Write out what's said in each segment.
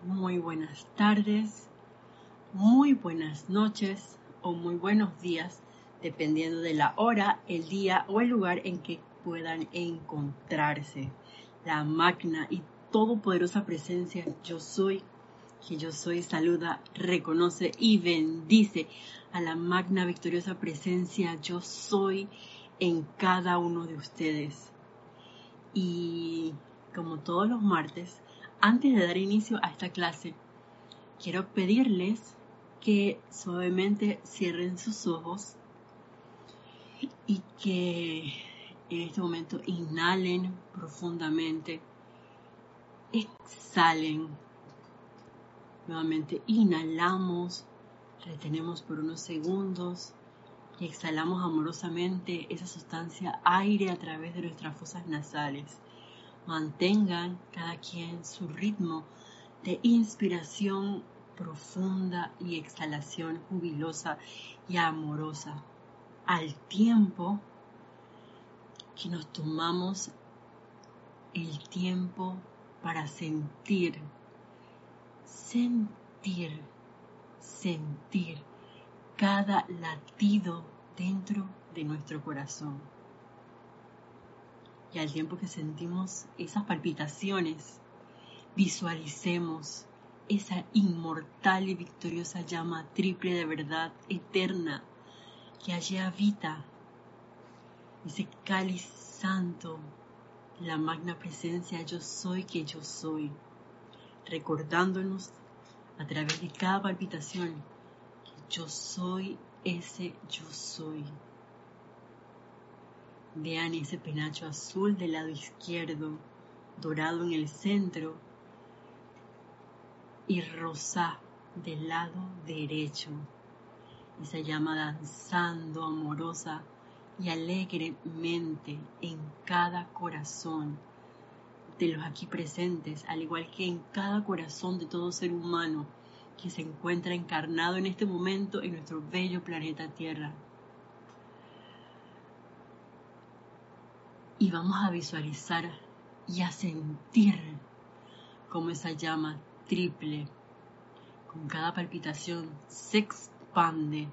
Muy buenas tardes, muy buenas noches o muy buenos días, dependiendo de la hora, el día o el lugar en que puedan encontrarse. La magna y todopoderosa presencia Yo Soy, que Yo Soy, saluda, reconoce y bendice a la magna victoriosa presencia Yo Soy en cada uno de ustedes. Y como todos los martes, antes de dar inicio a esta clase, quiero pedirles que suavemente cierren sus ojos y que en este momento inhalen profundamente, exhalen. Nuevamente inhalamos, retenemos por unos segundos y exhalamos amorosamente esa sustancia aire a través de nuestras fosas nasales. Mantengan cada quien su ritmo de inspiración profunda y exhalación jubilosa y amorosa, al tiempo que nos tomamos el tiempo para sentir cada latido dentro de nuestro corazón. Y al tiempo que sentimos esas palpitaciones, visualicemos esa inmortal y victoriosa llama triple de verdad eterna que allí habita, ese cáliz santo, la magna presencia Yo Soy que Yo Soy, recordándonos a través de cada palpitación que Yo Soy ese Yo Soy. Vean ese penacho azul del lado izquierdo, dorado en el centro y rosa del lado derecho. Esa llama danzando amorosa y alegremente en cada corazón de los aquí presentes, al igual que en cada corazón de todo ser humano que se encuentra encarnado en este momento en nuestro bello planeta Tierra. Y vamos a visualizar y a sentir cómo esa llama triple, con cada palpitación, se expande,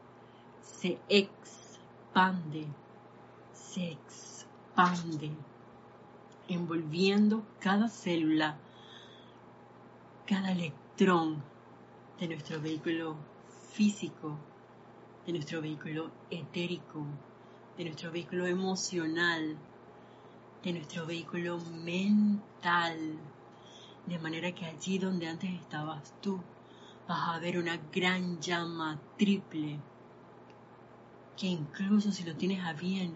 envolviendo cada célula, cada electrón de nuestro vehículo físico, de nuestro vehículo etérico, de nuestro vehículo emocional, de nuestro vehículo mental, de manera que allí donde antes estabas tú, vas a ver una gran llama triple, que incluso si lo tienes a bien,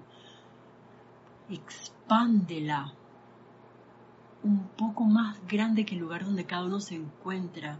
expándela un poco más grande que el lugar donde cada uno se encuentra.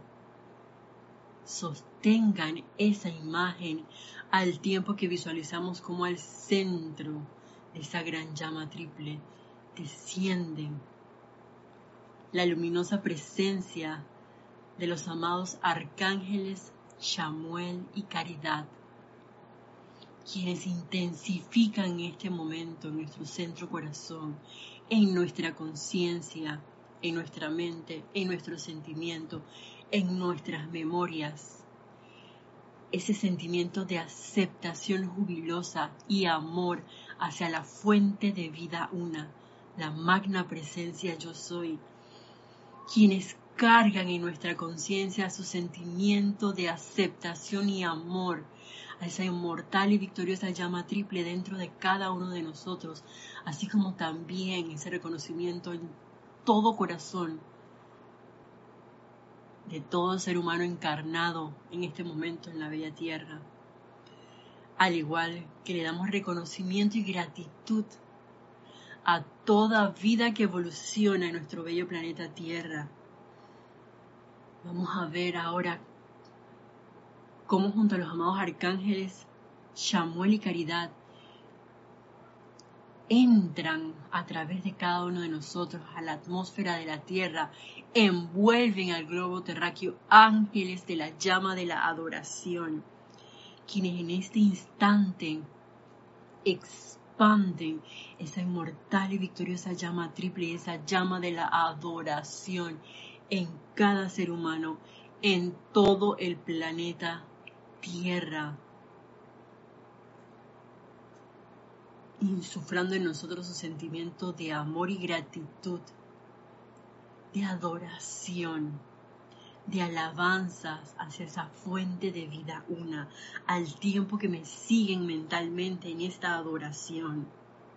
Sostengan esa imagen al tiempo que visualizamos como al centro de esa gran llama triple descienden la luminosa presencia de los amados arcángeles Chamuel y Caridad, quienes intensifican en este momento en nuestro centro corazón, en nuestra conciencia, en nuestra mente, en nuestro sentimiento, en nuestras memorias, ese sentimiento de aceptación jubilosa y amor hacia la fuente de vida una, la magna presencia Yo Soy, quienes cargan en nuestra conciencia su sentimiento de aceptación y amor a esa inmortal y victoriosa llama triple dentro de cada uno de nosotros, así como también ese reconocimiento en todo corazón de todo ser humano encarnado en este momento en la bella tierra, al igual que le damos reconocimiento y gratitud a toda vida que evoluciona en nuestro bello planeta Tierra. Vamos a ver ahora cómo junto a los amados arcángeles Chamuel y Caridad entran a través de cada uno de nosotros a la atmósfera de la Tierra, envuelven al globo terráqueo ángeles de la llama de la adoración, quienes en este instante expanden esa inmortal y victoriosa llama triple, esa llama de la adoración en cada ser humano, en todo el planeta Tierra, insuflando en nosotros un sentimiento de amor y gratitud, de adoración, de alabanzas hacia esa fuente de vida una, al tiempo que me siguen mentalmente en esta adoración.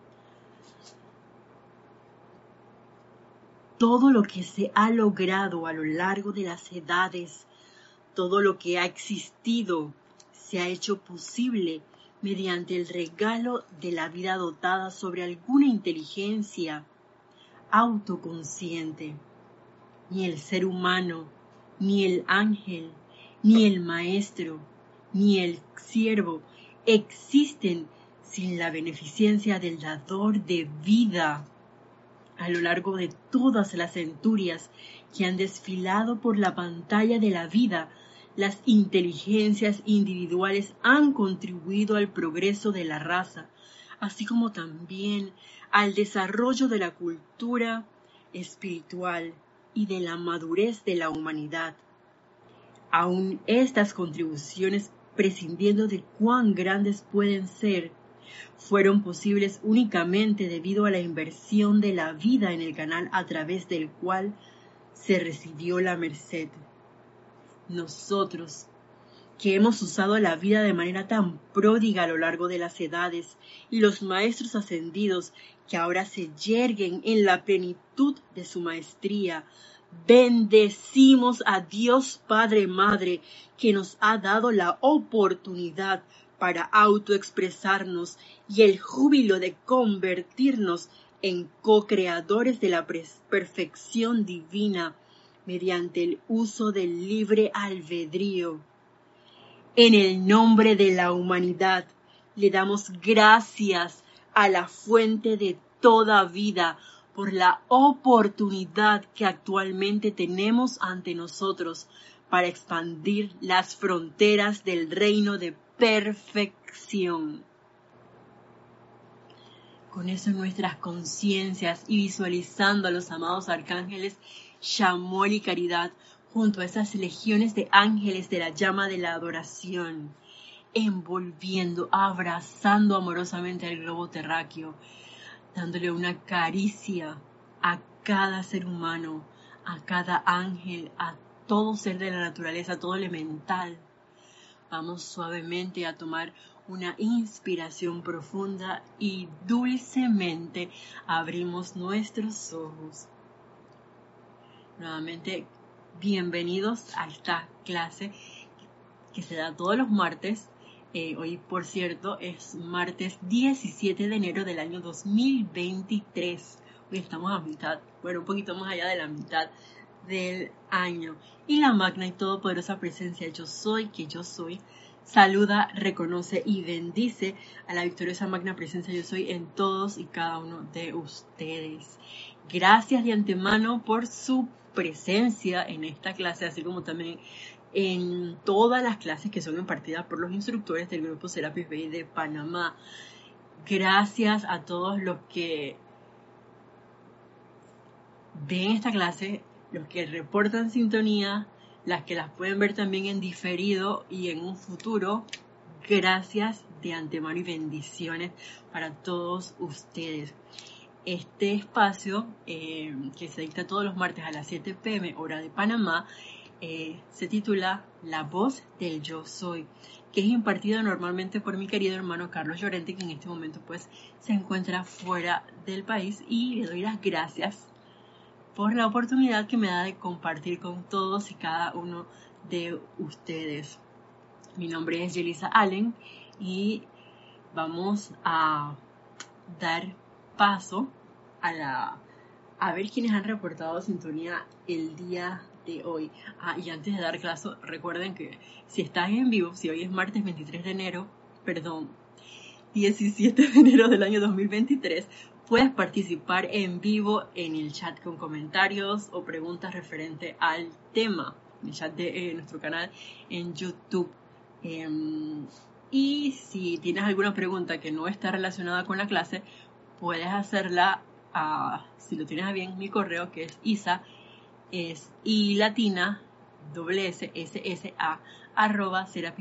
Todo lo que se ha logrado a lo largo de las edades, todo lo que ha existido, se ha hecho posible mediante el regalo de la vida dotada sobre alguna inteligencia autoconsciente. Ni el ser humano, ni el ángel, ni el maestro, ni el siervo existen sin la beneficencia del dador de vida. A lo largo de todas las centurias que han desfilado por la pantalla de la vida, las inteligencias individuales han contribuido al progreso de la raza, así como también al desarrollo de la cultura espiritual y de la madurez de la humanidad. Aún estas contribuciones, prescindiendo de cuán grandes pueden ser, fueron posibles únicamente debido a la inversión de la vida en el canal a través del cual se recibió la merced. Nosotros, que hemos usado la vida de manera tan pródiga a lo largo de las edades, y los maestros ascendidos que ahora se yerguen en la plenitud de su maestría, bendecimos a Dios Padre Madre, que nos ha dado la oportunidad para autoexpresarnos y el júbilo de convertirnos en co-creadores de la perfección divina mediante el uso del libre albedrío. En el nombre de la humanidad, le damos gracias a la fuente de toda vida por la oportunidad que actualmente tenemos ante nosotros para expandir las fronteras del reino de perfección. Con eso en nuestras conciencias y visualizando a los amados arcángeles Chamuel y Caridad junto a esas legiones de ángeles de la llama de la adoración, envolviendo, abrazando amorosamente al globo terráqueo, dándole una caricia a cada ser humano, a cada ángel, a todo ser de la naturaleza, a todo elemental. Vamos suavemente a tomar una inspiración profunda y dulcemente abrimos nuestros ojos. Nuevamente, bienvenidos a esta clase que se da todos los martes. Hoy, por cierto, es martes 17 de enero del año 2023. Hoy estamos a mitad, bueno, un poquito más allá de la mitad del año. Y la magna y todopoderosa presencia Yo Soy, que yo soy, saluda, reconoce y bendice a la victoriosa magna presencia Yo Soy en todos y cada uno de ustedes. Gracias de antemano por su presencia en esta clase, así como también en todas las clases que son impartidas por los instructores del grupo Serapis Bay de Panamá. Gracias a todos los que ven esta clase, los que reportan sintonía, las que las pueden ver también en diferido y en un futuro. Gracias de antemano y bendiciones para todos ustedes. Este espacio, que se dicta todos los martes a las 7 p.m. hora de Panamá, se titula La Voz del Yo Soy, que es impartido normalmente por mi querido hermano Carlos Llorente, que en este momento pues se encuentra fuera del país, y le doy las gracias por la oportunidad que me da de compartir con todos y cada uno de ustedes. Mi nombre es Yelisa Allen y vamos a dar paso a ver quiénes han reportado sintonía el día de hoy. Y antes de dar clase, recuerden que si están en vivo, si hoy es martes 17 de enero del año 2023, puedes participar en vivo en el chat con comentarios o preguntas referente al tema, en el chat de nuestro canal en YouTube. Y si tienes alguna pregunta que no está relacionada con la clase, puedes hacerla, si lo tienes a bien, mi correo, que es es y latina, @serapisbay.com.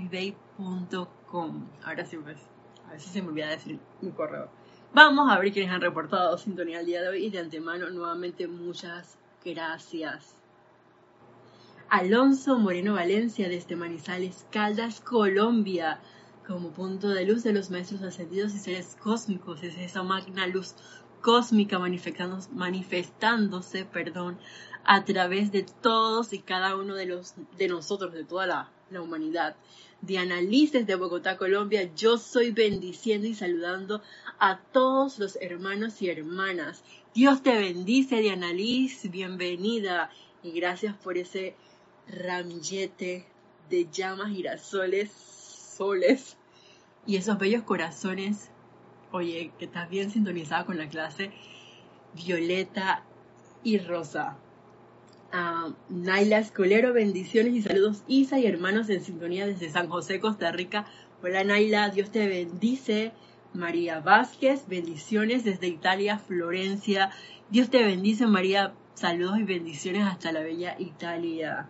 Ahora sí, pues, a ver si se me olvida decir mi correo. Vamos a ver quiénes han reportado sintonía el día de hoy y de antemano nuevamente muchas gracias. Alonso Moreno Valencia desde Manizales, Caldas, Colombia, como punto de luz de los maestros ascendidos y seres cósmicos, es esa magna luz cósmica manifestándose, a través de todos y cada uno de nosotros, de toda la humanidad. Diana Liz desde Bogotá, Colombia, yo soy bendiciendo y saludando a todos los hermanos y hermanas. Dios te bendice, Diana Liz, bienvenida y gracias por ese ramillete de llamas, girasoles, soles y esos bellos corazones. Oye, que estás bien sintonizada con la clase violeta y rosa. Naila Escolero, bendiciones y saludos, Isa y hermanos en sintonía desde San José, Costa Rica. Hola Naila, Dios te bendice. María Vázquez, bendiciones desde Italia, Florencia. Dios te bendice, María, saludos y bendiciones hasta la bella Italia.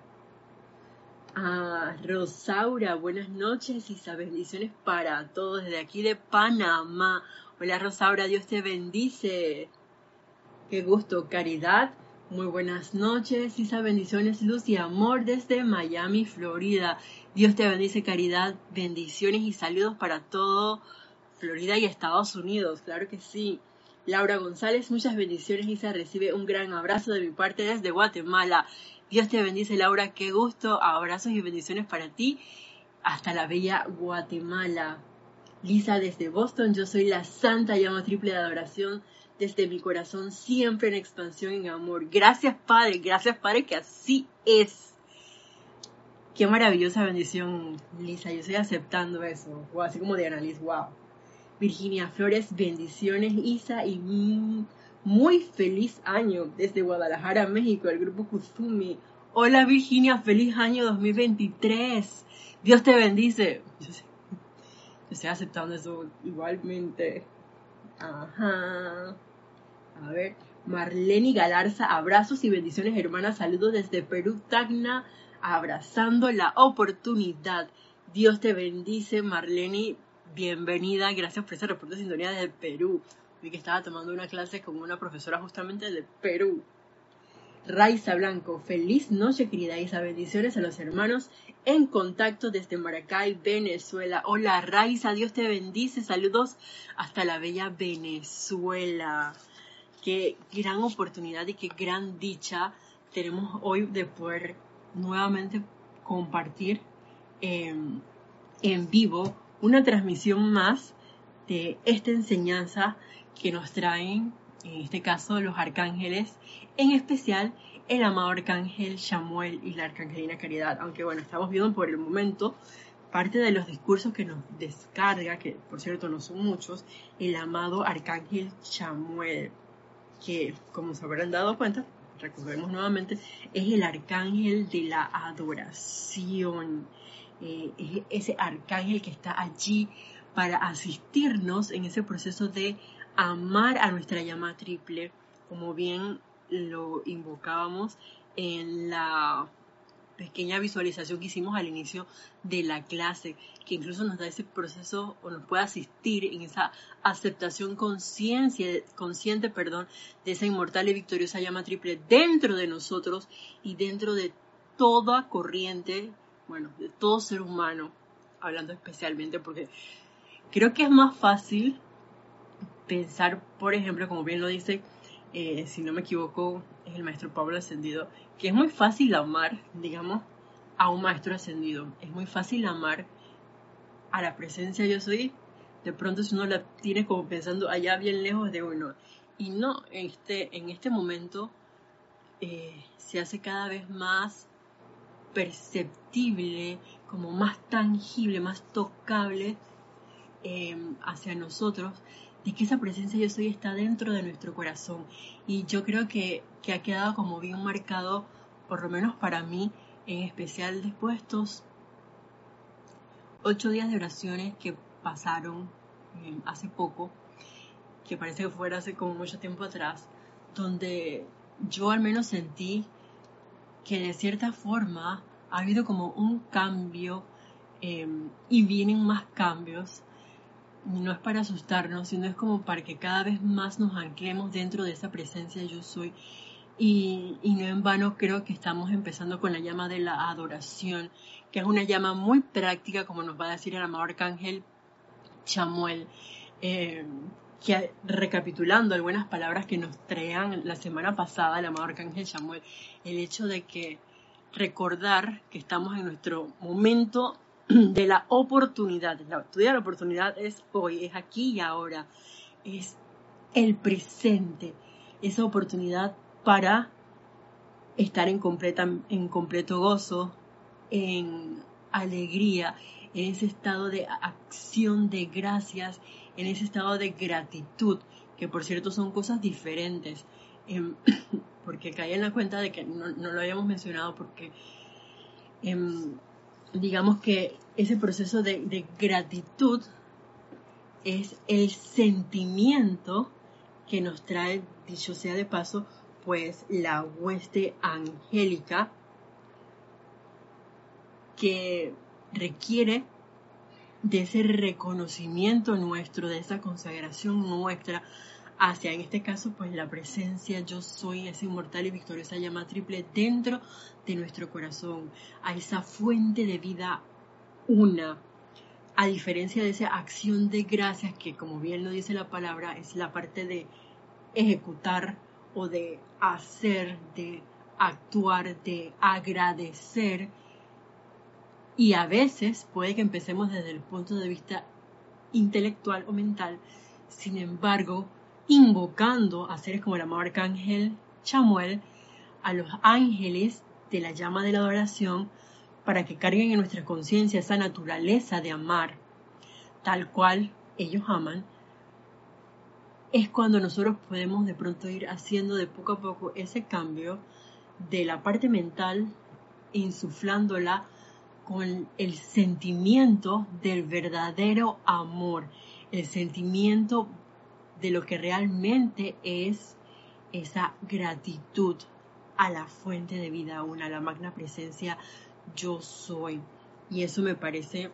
Rosaura, buenas noches, Isa, bendiciones para todos desde aquí de Panamá. Hola Rosaura, Dios te bendice. Qué gusto, Caridad. Muy buenas noches, Isa, bendiciones, luz y amor desde Miami, Florida. Dios te bendice, Caridad, bendiciones y saludos para todo Florida y Estados Unidos, claro que sí. Laura González, muchas bendiciones, Isa, recibe un gran abrazo de mi parte desde Guatemala. Dios te bendice, Laura, qué gusto, abrazos y bendiciones para ti, hasta la bella Guatemala. Lisa desde Boston, yo soy la Santa Llama Triple de Adoración, desde mi corazón siempre en expansión en amor. Gracias Padre, que así es. Qué maravillosa bendición, Lisa, yo estoy aceptando eso, o así como de Annalise, wow. Virginia Flores, bendiciones, Isa, y muy feliz año desde Guadalajara, México, el grupo Kusumi. Hola Virginia, feliz año 2023. Dios te bendice. Yo estoy aceptando eso igualmente. Ajá. A ver, Marlene Galarza, abrazos y bendiciones, hermanas. Saludos desde Perú, Tacna, abrazando la oportunidad. Dios te bendice, Marlene. Bienvenida, gracias por ese reporte de sintonía desde Perú. Vi que estaba tomando una clase con una profesora justamente de Perú. Raiza Blanco, feliz noche, querida Isa. Bendiciones a los hermanos en contacto desde Maracay, Venezuela. Hola Raiza, Dios te bendice. Saludos hasta la bella Venezuela. Qué gran oportunidad y qué gran dicha tenemos hoy de poder nuevamente compartir en vivo una transmisión más de esta enseñanza que nos traen, en este caso, los arcángeles, en especial el amado arcángel Chamuel y la arcangelina Caridad. Aunque bueno, estamos viendo por el momento parte de los discursos que nos descarga, que por cierto no son muchos, el amado arcángel Chamuel, que como se habrán dado cuenta, recordemos nuevamente, es el arcángel de la adoración. Es ese arcángel que está allí para asistirnos en ese proceso de amar a nuestra llama triple, como bien lo invocábamos en la pequeña visualización que hicimos al inicio de la clase, que incluso nos da ese proceso o nos puede asistir en esa aceptación consciente, de esa inmortal y victoriosa llama triple dentro de nosotros y dentro de toda corriente, bueno, de todo ser humano, hablando especialmente porque creo que es más fácil pensar, por ejemplo, como bien lo dice, si no me equivoco, es el maestro Pablo Ascendido, que es muy fácil amar, digamos, a un maestro ascendido. Es muy fácil amar a la presencia yo soy. De pronto si uno la tiene como pensando allá bien lejos de uno. Y no, en este momento se hace cada vez más perceptible, como más tangible, más tocable hacia nosotros, de que esa presencia yo soy está dentro de nuestro corazón. Y yo creo que ha quedado como bien marcado, por lo menos para mí, en especial después de estos 8 días de oraciones que pasaron hace poco, que parece que fuera hace como mucho tiempo atrás, donde yo al menos sentí que de cierta forma ha habido como un cambio y vienen más cambios. No es para asustarnos, sino es como para que cada vez más nos anclemos dentro de esa presencia yo soy. Y no en vano creo que estamos empezando con la llama de la adoración, que es una llama muy práctica, como nos va a decir el amado arcángel Chamuel, que recapitulando algunas palabras que nos traían la semana pasada el amado arcángel Chamuel, el hecho de que recordar que estamos en nuestro momento de la oportunidad. La oportunidad es hoy, es aquí y ahora, es el presente, esa oportunidad para estar en completo gozo, en alegría, en ese estado de acción de gracias, en ese estado de gratitud, que por cierto son cosas diferentes, porque caí en la cuenta de que no lo habíamos mencionado, porque digamos que ese proceso de gratitud es el sentimiento que nos trae, dicho sea de paso, pues la hueste angélica, que requiere de ese reconocimiento nuestro, de esa consagración nuestra hacia, en este caso, pues la presencia yo soy, esa inmortal y victoriosa llama triple dentro de nuestro corazón, a esa fuente de vida una, a diferencia de esa acción de gracias que, como bien lo dice la palabra, es la parte de ejecutar o de hacer, de actuar, de agradecer. Y a veces puede que empecemos desde el punto de vista intelectual o mental, sin embargo, invocando a seres como el amado arcángel Chamuel, a los ángeles de la llama de la adoración, para que carguen en nuestra conciencia esa naturaleza de amar, tal cual ellos aman, es cuando nosotros podemos de pronto ir haciendo de poco a poco ese cambio de la parte mental, insuflándola con el sentimiento del verdadero amor, el sentimiento de lo que realmente es esa gratitud a la fuente de vida una, a la magna presencia yo soy. Y eso me parece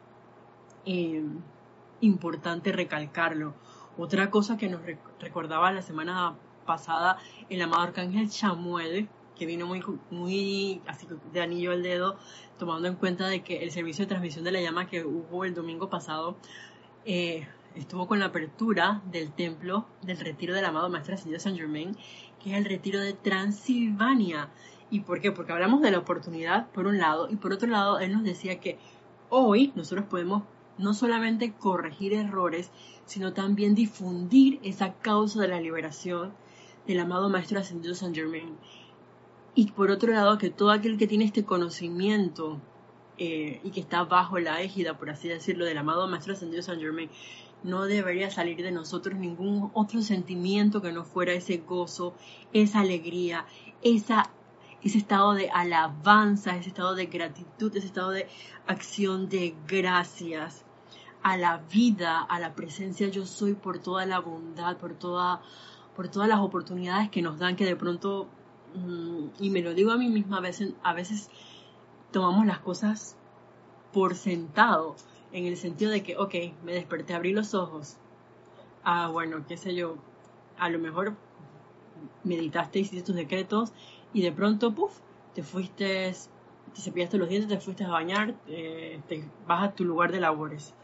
importante recalcarlo. Otra cosa que nos recordaba la semana pasada el amado arcángel Chamuel, que vino muy así de anillo al dedo, tomando en cuenta de que el servicio de transmisión de la llama que hubo el domingo pasado estuvo con la apertura del templo del retiro del amado Maestro Ascendido Saint Germain, que es el retiro de Transilvania. ¿Y por qué? Porque hablamos de la oportunidad por un lado, y por otro lado él nos decía que hoy nosotros podemos no solamente corregir errores, sino también difundir esa causa de la liberación del amado Maestro Ascendido Saint Germain. Y por otro lado, que todo aquel que tiene este conocimiento y que está bajo la égida, por así decirlo, del amado Maestro Ascendido Saint Germain, no debería salir de nosotros ningún otro sentimiento que no fuera ese gozo, esa alegría, ese estado de alabanza, ese estado de gratitud, ese estado de acción de gracias a la vida, a la presencia yo soy, por toda la bondad, por todas las oportunidades que nos dan, que de pronto, y me lo digo a mí misma, a veces tomamos las cosas por sentado, en el sentido de que, ok, me desperté, abrí los ojos, bueno, qué sé yo, a lo mejor meditaste, hiciste tus decretos y de pronto, te fuiste, te cepillaste los dientes, te fuiste a bañar, te vas a tu lugar de labores.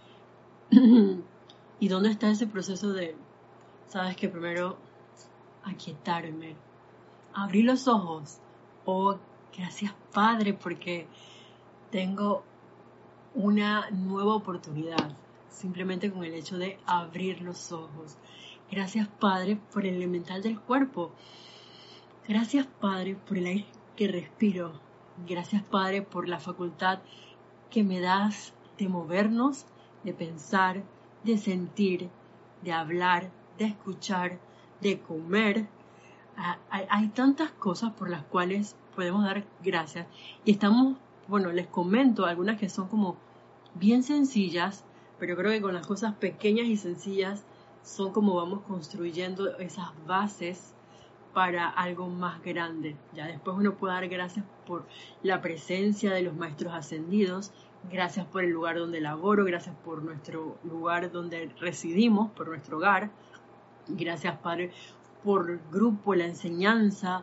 ¿Y dónde está ese proceso de, sabes que primero aquietarme, abrí los ojos? Oh, gracias Padre, porque tengo una nueva oportunidad, simplemente con el hecho de abrir los ojos. Gracias Padre por el elemental del cuerpo. Gracias Padre por el aire que respiro. Gracias Padre por la facultad que me das de movernos, de pensar, de sentir, de hablar, de escuchar, de comer. Hay tantas cosas por las cuales podemos dar gracias. Y estamos, les comento algunas que son como bien sencillas, pero creo que con las cosas pequeñas y sencillas son como vamos construyendo esas bases para algo más grande. Ya después uno puede dar gracias por la presencia de los maestros ascendidos, gracias por el lugar donde laboro, gracias por nuestro lugar donde residimos, por nuestro hogar. Gracias, Padre, por el grupo, la enseñanza,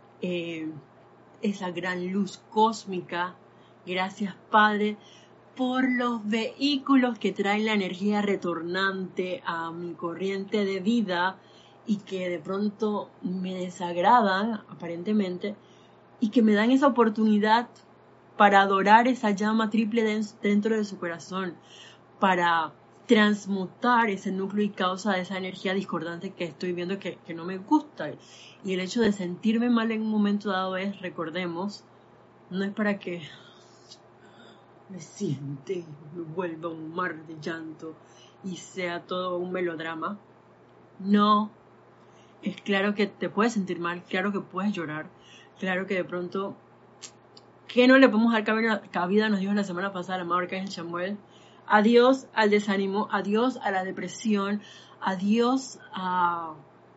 esa gran luz cósmica. Gracias, Padre, por los vehículos que traen la energía retornante a mi corriente de vida y que de pronto me desagradan, aparentemente, y que me dan esa oportunidad para adorar esa llama triple dentro de su corazón, para transmutar ese núcleo y causa de esa energía discordante que estoy viendo que no me gusta. Y el hecho de sentirme mal en un momento dado es, recordemos, no es para que me siente y me vuelva un mar de llanto y sea todo un melodrama. No, es claro que te puedes sentir mal, claro que puedes llorar, claro que de pronto, que no le podemos dar cabida, nos dijo la semana pasada la amado Arcángel Chamuel. Adiós al desánimo, adiós a la depresión, adiós a...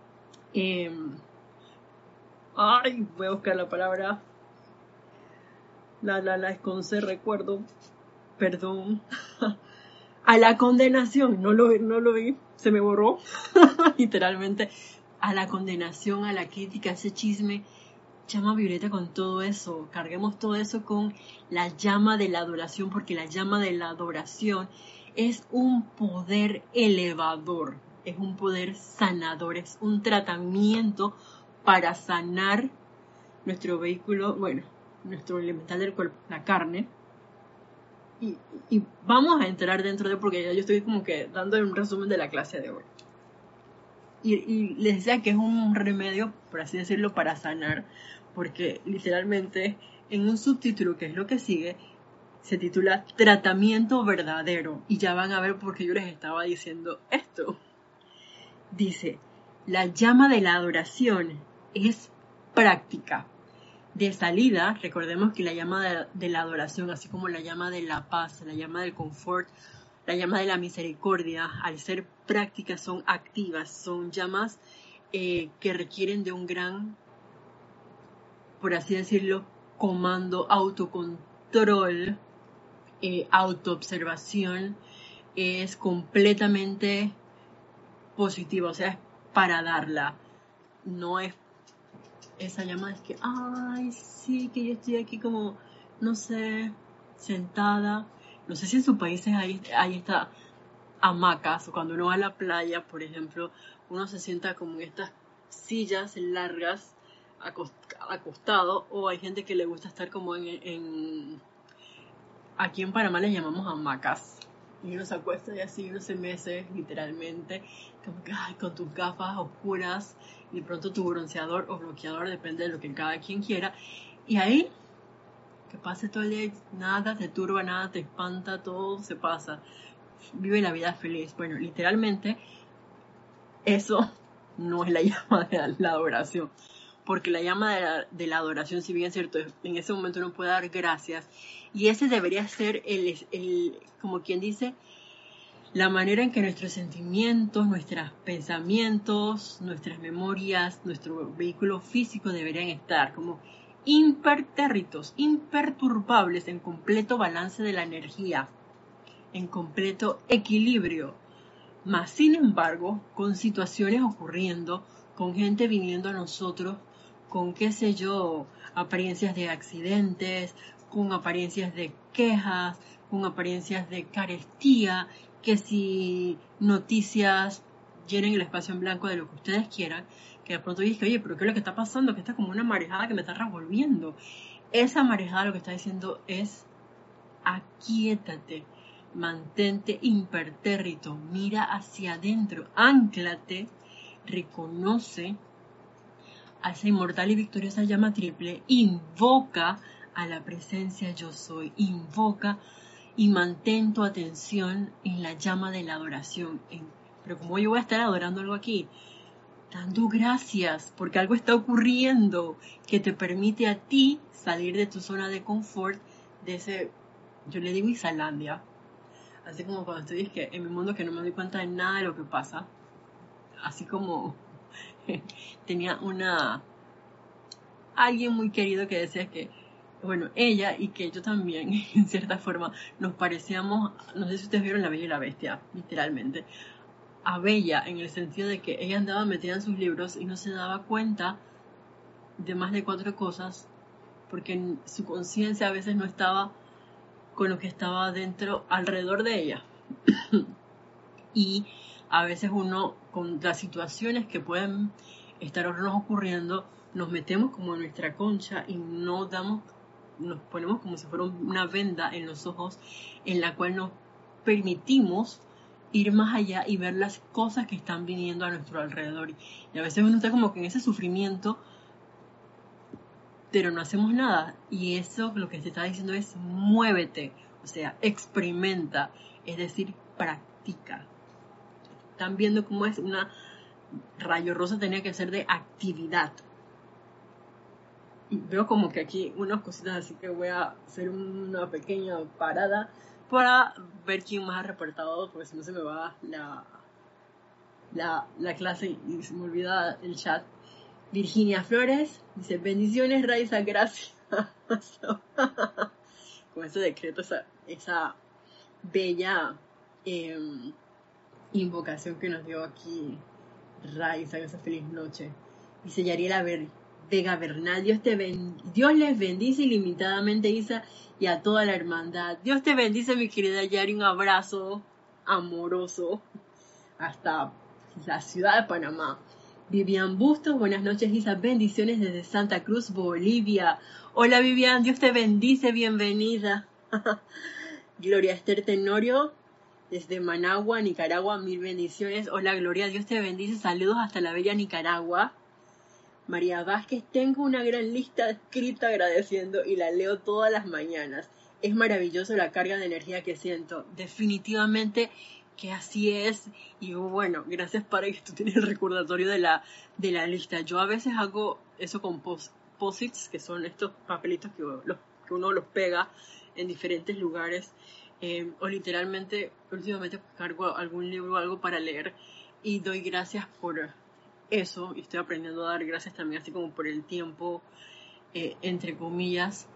voy a buscar la palabra. Es con C, recuerdo. Perdón. A la condenación, no lo vi, se me borró. Literalmente, a la condenación, a la crítica, ese chisme. Llama violeta con todo eso, carguemos todo eso con la llama de la adoración, porque la llama de la adoración es un poder elevador, es un poder sanador, es un tratamiento para sanar nuestro vehículo, bueno, nuestro elemental del cuerpo, la carne, y vamos a entrar dentro de, porque ya yo estoy como que dando un resumen de la clase de hoy. Y les decía que es un remedio, por así decirlo, para sanar, porque literalmente en un subtítulo, que es lo que sigue, se titula Tratamiento Verdadero. Y ya van a ver por qué yo les estaba diciendo esto. Dice, la llama de la adoración es práctica. De salida, recordemos que la llama de la adoración, así como la llama de la paz, la llama del confort, la llama de la misericordia, al ser prácticas son activas, son llamas que requieren de un gran, por así decirlo, comando, autocontrol, autoobservación, es completamente positiva, o sea, es para darla, no es esa llama es que, ay, sí, que yo estoy aquí como, no sé, sentada. No sé si en sus países hay estas hamacas, o cuando uno va a la playa, por ejemplo, uno se sienta como en estas sillas largas, acostado, o hay gente que le gusta estar como aquí en Panamá les llamamos hamacas. Y uno se acuesta y así uno se mece, literalmente, como que ay, con tus gafas oscuras y pronto tu bronceador o bloqueador, depende de lo que cada quien quiera. Y ahí, que pase todo el día, nada te turba, nada te espanta, todo se pasa. Vive la vida feliz. Bueno, literalmente, eso no es la llama de la adoración. Porque la llama de la adoración, si bien es cierto, en ese momento uno puede dar gracias. Y ese debería ser como quien dice, la manera en que nuestros sentimientos, nuestros pensamientos, nuestras memorias, nuestro vehículo físico deberían estar como impertérritos, imperturbables, en completo balance de la energía, en completo equilibrio. Mas, sin embargo, con situaciones ocurriendo, con gente viniendo a nosotros, con, qué sé yo, apariencias de accidentes, con apariencias de quejas, con apariencias de carestía, que si noticias llenen el espacio en blanco de lo que ustedes quieran, que de pronto dices, oye, pero ¿qué es lo que está pasando? Que está como una marejada que me está revolviendo. Esa marejada lo que está diciendo es, aquíétate, mantente impertérrito, mira hacia adentro, ánclate, reconoce a esa inmortal y victoriosa llama triple, invoca a la presencia yo soy, invoca y mantén tu atención en la llama de la adoración. Pero como yo voy a estar adorando algo aquí, dando gracias porque algo está ocurriendo que te permite a ti salir de tu zona de confort, de ese, yo le digo Isalandia, así como cuando estoy en mi mundo que no me doy cuenta de nada de lo que pasa, así como tenía alguien muy querido que decía que, bueno, ella y que yo también, en cierta forma, nos parecíamos, no sé si ustedes vieron La Bella y la Bestia, literalmente, a Bella, en el sentido de que ella andaba metida en sus libros y no se daba cuenta de más de 4 cosas, porque su conciencia a veces no estaba con lo que estaba dentro, alrededor de ella. Y a veces uno, con las situaciones que pueden estarnos ocurriendo, nos metemos como en nuestra concha y nos ponemos como si fuera una venda en los ojos, en la cual nos permitimos ir más allá y ver las cosas que están viniendo a nuestro alrededor. Y a veces uno está como que en ese sufrimiento, pero no hacemos nada. Y eso lo que se está diciendo es muévete, o sea, experimenta, es decir, practica. Están viendo cómo es una rayo rosa, tenía que ser de actividad. Y veo como que aquí unas cositas, así que voy a hacer una pequeña parada para ver quién más ha reportado, porque si no se me va la clase y se me olvida el chat. Virginia Flores dice: bendiciones, Raiza, gracias. Con ese decreto, esa bella invocación que nos dio aquí Raiza, esa feliz noche. Dice Yariela Vega Bernal: Dios les bendice ilimitadamente, Isa, y a toda la hermandad. Dios te bendice, mi querida Yari, un abrazo amoroso hasta la ciudad de Panamá. Vivian Bustos: buenas noches, Isa, bendiciones desde Santa Cruz, Bolivia. Hola Vivian, Dios te bendice, bienvenida. Gloria Esther Tenorio desde Managua, Nicaragua, 1000 bendiciones. Hola Gloria, Dios te bendice, saludos hasta la bella Nicaragua. María Vázquez: tengo una gran lista escrita agradeciendo y la leo todas las mañanas. Es maravilloso la carga de energía que siento. Definitivamente que así es. Y bueno, gracias para que tú tienes el recordatorio de la lista. Yo a veces hago eso con post-its, que son estos papelitos que uno los pega en diferentes lugares. O literalmente, últimamente cargo algún libro o algo para leer y doy gracias por eso, y estoy aprendiendo a dar gracias también, así como por el tiempo, entre comillas,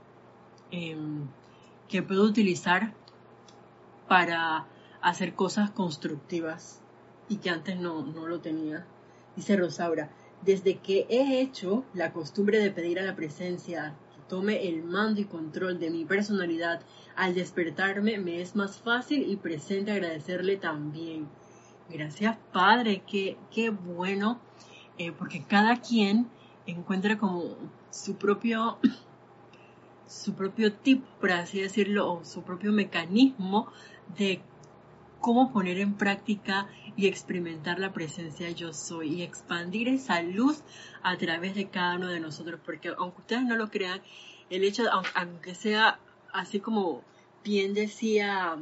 que puedo utilizar para hacer cosas constructivas y que antes no lo tenía. Dice Rosaura: desde que he hecho la costumbre de pedir a la presencia que tome el mando y control de mi personalidad, al despertarme me es más fácil y presente agradecerle también. Gracias, Padre, qué bueno, porque cada quien encuentra como su propio tip, por así decirlo, o su propio mecanismo de cómo poner en práctica y experimentar la presencia yo soy y expandir esa luz a través de cada uno de nosotros, porque aunque ustedes no lo crean, el hecho, aunque sea así como bien decía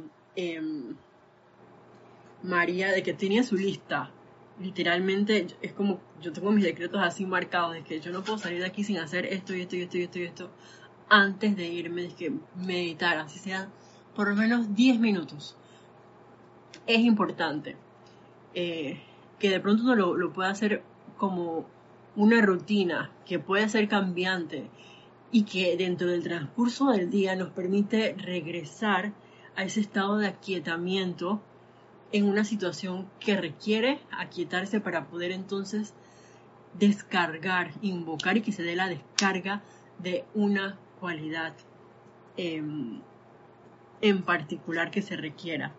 María, de que tenía su lista, literalmente es como yo tengo mis decretos así marcados, de que yo no puedo salir de aquí sin hacer esto y esto y esto y esto y esto antes de irme, de que meditar, así sea por lo menos 10 minutos. Es importante que de pronto uno lo pueda hacer como una rutina que puede ser cambiante y que dentro del transcurso del día nos permite regresar a ese estado de aquietamiento en una situación que requiere aquietarse para poder entonces descargar, invocar y que se dé la descarga de una cualidad en particular que se requiera.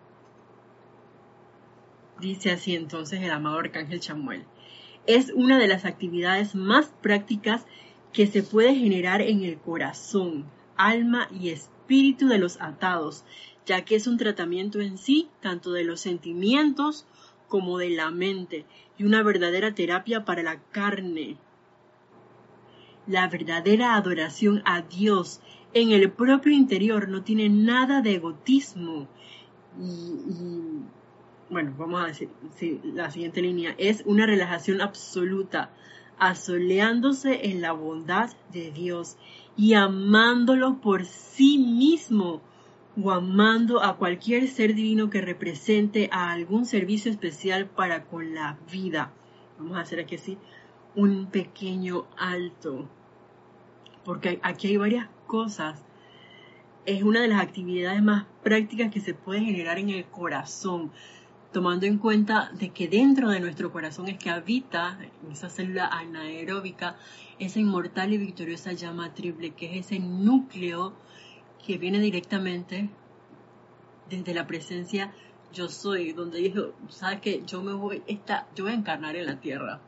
Dice así entonces el amado Arcángel Chamuel: es una de las actividades más prácticas que se puede generar en el corazón, alma y espíritu de los atados, ya que es un tratamiento en sí, tanto de los sentimientos como de la mente, y una verdadera terapia para la carne. La verdadera adoración a Dios en el propio interior no tiene nada de egoísmo. Y bueno, vamos a decir la siguiente línea: es una relajación absoluta, asoleándose en la bondad de Dios y amándolo por sí mismo, o amando a cualquier ser divino que represente a algún servicio especial para con la vida. vamos a hacer aquí así un pequeño alto, porque aquí hay varias cosas. Es una de las actividades más prácticas que se puede generar en el corazón, tomando en cuenta de que dentro de nuestro corazón es que habita, en esa célula anaeróbica, esa inmortal y victoriosa llama triple, que es ese núcleo que viene directamente desde la presencia yo soy, donde dijo, sabes que yo voy a encarnar en la tierra.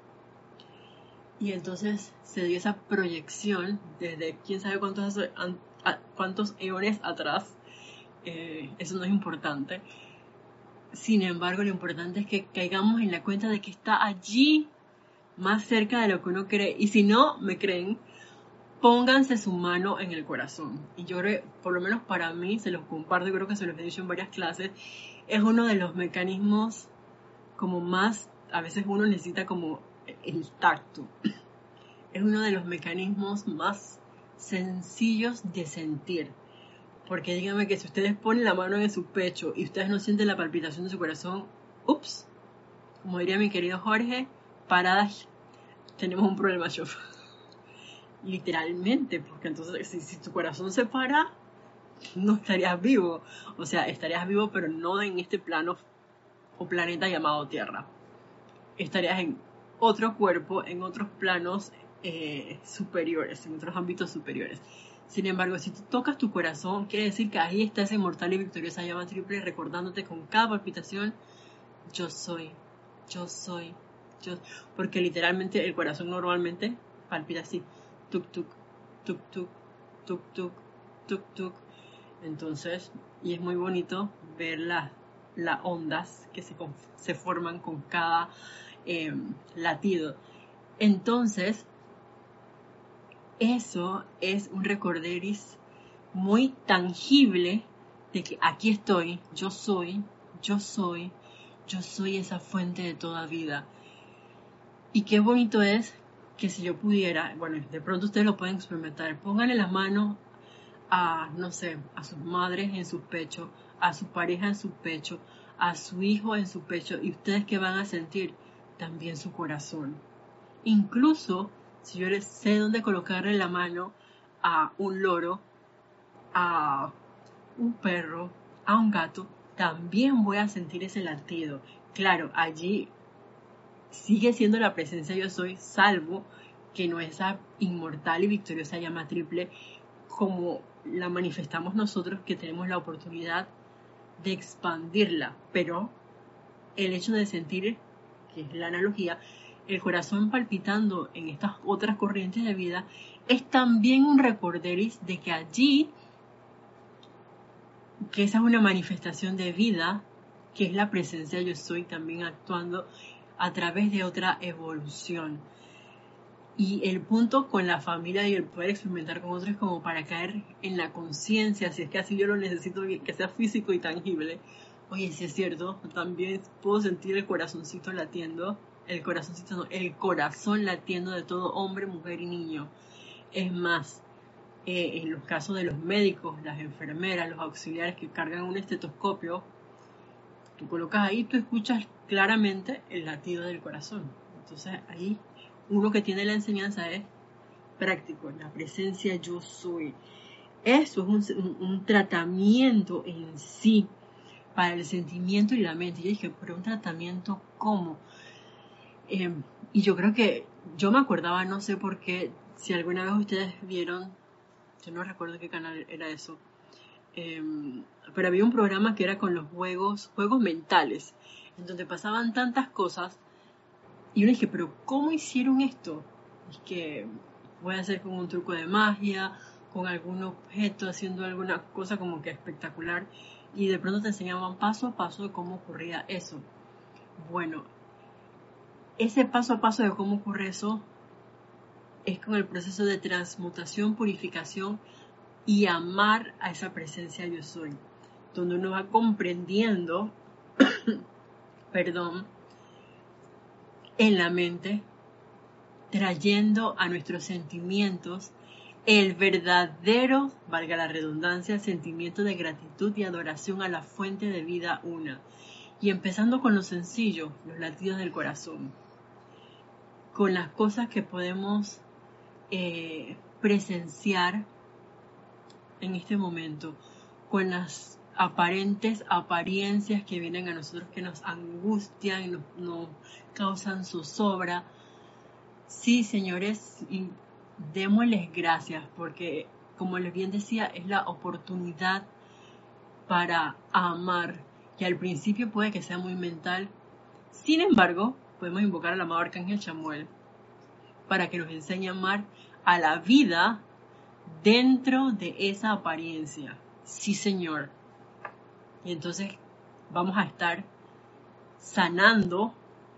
Y entonces se dio esa proyección desde quién sabe cuántos eones atrás. Eso no es importante. Sin embargo, lo importante es que caigamos en la cuenta de que está allí, más cerca de lo que uno cree. Y si no me creen, pónganse su mano en el corazón. Y yo creo, por lo menos para mí, se los comparto, y creo que se los he dicho en varias clases, es uno de los mecanismos como más, a veces uno necesita como el tacto. Es uno de los mecanismos más sencillos de sentir. Porque díganme que si ustedes ponen la mano en su pecho y ustedes no sienten la palpitación de su corazón, ups, como diría mi querido Jorge, paradas, tenemos un problema, chef. Literalmente, porque entonces si tu corazón se para, no estarías vivo. O sea, estarías vivo, pero no en este plano o planeta llamado Tierra. Estarías en otro cuerpo, en otros planos superiores, en otros ámbitos superiores. Sin embargo, si tú tocas tu corazón, quiere decir que ahí está esa inmortal y victoriosa llama triple, recordándote con cada palpitación, yo soy, yo soy, yo. Porque literalmente el corazón normalmente palpita así, tuk tuk, tuk tuk, tuk tuk, tuk tuk. Entonces, y es muy bonito ver las ondas que se forman con cada latido. Entonces, eso es un recorderis muy tangible de que aquí estoy, yo soy esa fuente de toda vida. Y qué bonito es que si yo pudiera, bueno, de pronto ustedes lo pueden experimentar, pónganle las manos a, no sé, a sus madres en sus pechos, a su pareja en su pecho, a su hijo en su pecho, y ustedes que van a sentir también su corazón. Incluso si yo les sé dónde colocarle la mano a un loro, a un perro, a un gato, también voy a sentir ese latido. Claro, allí sigue siendo la presencia yo soy, salvo que no esa inmortal y victoriosa llama triple como la manifestamos nosotros, que tenemos la oportunidad de expandirla. Pero el hecho de sentir, que es la analogía, el corazón palpitando en estas otras corrientes de vida, es también un recorderis de que allí, que esa es una manifestación de vida, que es la presencia yo soy también actuando a través de otra evolución. Y el punto con la familia y el poder experimentar con otros es como para caer en la conciencia, si es que así yo lo necesito, que sea físico y tangible. Oye, si es cierto, también puedo sentir el corazoncito latiendo, el corazón latiendo de todo hombre, mujer y niño. Es más, en los casos de los médicos, las enfermeras, los auxiliares que cargan un estetoscopio, tú colocas ahí, tú escuchas claramente el latido del corazón. Entonces ahí uno que tiene la enseñanza es práctico, la presencia yo soy. Eso es un tratamiento en sí para el sentimiento y la mente. Yo dije, pero un tratamiento ¿cómo? Y yo creo que yo me acordaba, no sé por qué, si alguna vez ustedes vieron, yo no recuerdo qué canal era eso, pero había un programa que era con los juegos mentales, en donde pasaban tantas cosas, y yo le dije, pero ¿cómo hicieron esto? Es que voy a hacer con un truco de magia, con algún objeto, haciendo alguna cosa como que espectacular, y de pronto te enseñaban paso a paso de cómo ocurría eso. Bueno, ese paso a paso de cómo ocurre eso es con el proceso de transmutación, purificación y amar a esa presencia yo soy, donde uno va comprendiendo en la mente, trayendo a nuestros sentimientos el verdadero, valga la redundancia, sentimiento de gratitud y adoración a la fuente de vida una. Y empezando con lo sencillo, los latidos del corazón. con las cosas que podemos presenciar en este momento, con las aparentes apariencias que vienen a nosotros, que nos angustian, nos causan zozobra. Sí, señores, y démosles gracias, porque como les bien decía, es la oportunidad para amar, que al principio puede que sea muy mental. Sin embargo, podemos invocar al amado Arcángel Chamuel para que nos enseñe a amar a la vida dentro de esa apariencia. Sí, señor. Y entonces vamos a estar sanando